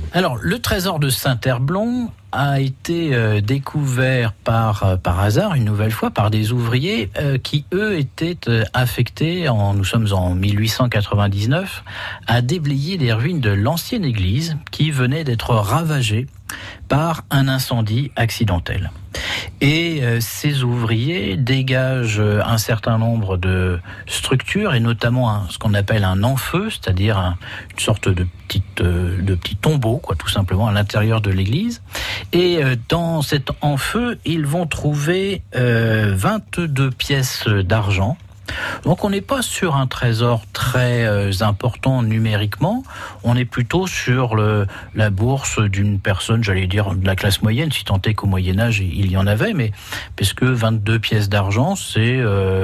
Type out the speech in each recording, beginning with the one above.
Alors, le trésor de Saint-Herblon a été découvert par hasard, une nouvelle fois, par des ouvriers qui, eux, étaient affectés, nous sommes en 1899, à déblayer les ruines de l'ancienne église qui venait d'être ravagée par un incendie accidentel. Et ces ouvriers dégagent un certain nombre de structures, et notamment ce qu'on appelle un enfeu, c'est-à-dire une sorte de petit tombeau, quoi, tout simplement, à l'intérieur de l'église. Et dans cet enfeu, ils vont trouver 22 pièces d'argent. Donc on n'est pas sur un trésor très important numériquement, on est plutôt sur la bourse d'une personne, j'allais dire de la classe moyenne, si tant est qu'au Moyen-Âge il y en avait, mais puisque 22 pièces d'argent, c'est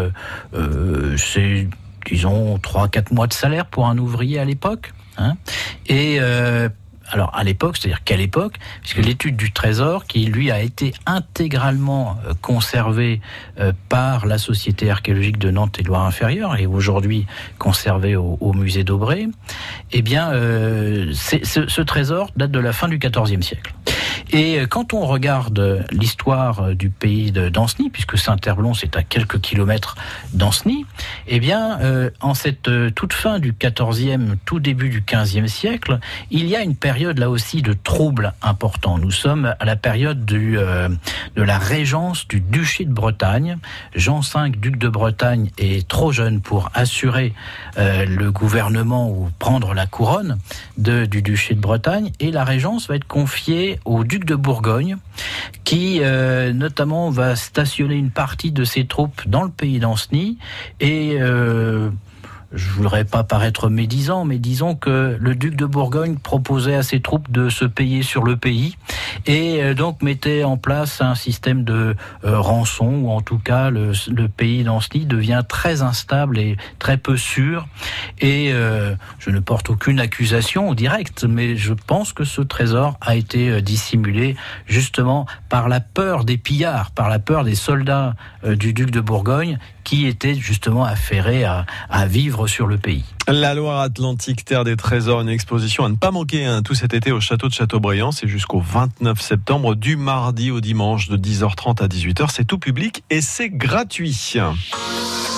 disons 3-4 mois de salaire pour un ouvrier à l'époque. Et alors à l'époque, c'est-à-dire quelle époque ? Puisque l'étude du trésor, qui lui a été intégralement conservée par la Société archéologique de Nantes et Loire-Inférieure, et aujourd'hui conservée au musée d'Aubray, eh bien, ce trésor date de la fin du XIVe siècle. Et quand on regarde l'histoire du pays d'Ancenis, puisque Saint-Herblon c'est à quelques kilomètres d'Ancenis, eh bien, en cette toute fin du XIVe, tout début du XVe siècle, il y a une période là aussi de troubles importants. Nous sommes à la période de la régence du duché de Bretagne. Jean V, duc de Bretagne, est trop jeune pour assurer le gouvernement ou prendre la couronne du duché de Bretagne, et la régence va être confiée au duc de Bourgogne, qui notamment va stationner une partie de ses troupes dans le pays d'Ancenis, et je voudrais pas paraître médisant, mais disons que le duc de Bourgogne proposait à ses troupes de se payer sur le pays, et donc mettait en place un système de rançon, ou en tout cas le pays d'Ancenis devient très instable et très peu sûr. Et je ne porte aucune accusation directe, mais je pense que ce trésor a été dissimulé justement par la peur des pillards, par la peur des soldats du duc de Bourgogne, qui étaient justement affairés à vivre sur le pays. La Loire-Atlantique, terre des trésors, une exposition à ne pas manquer tout cet été au château de Châteaubriand. C'est jusqu'au 29 septembre, du mardi au dimanche, de 10h30 à 18h. C'est tout public et c'est gratuit.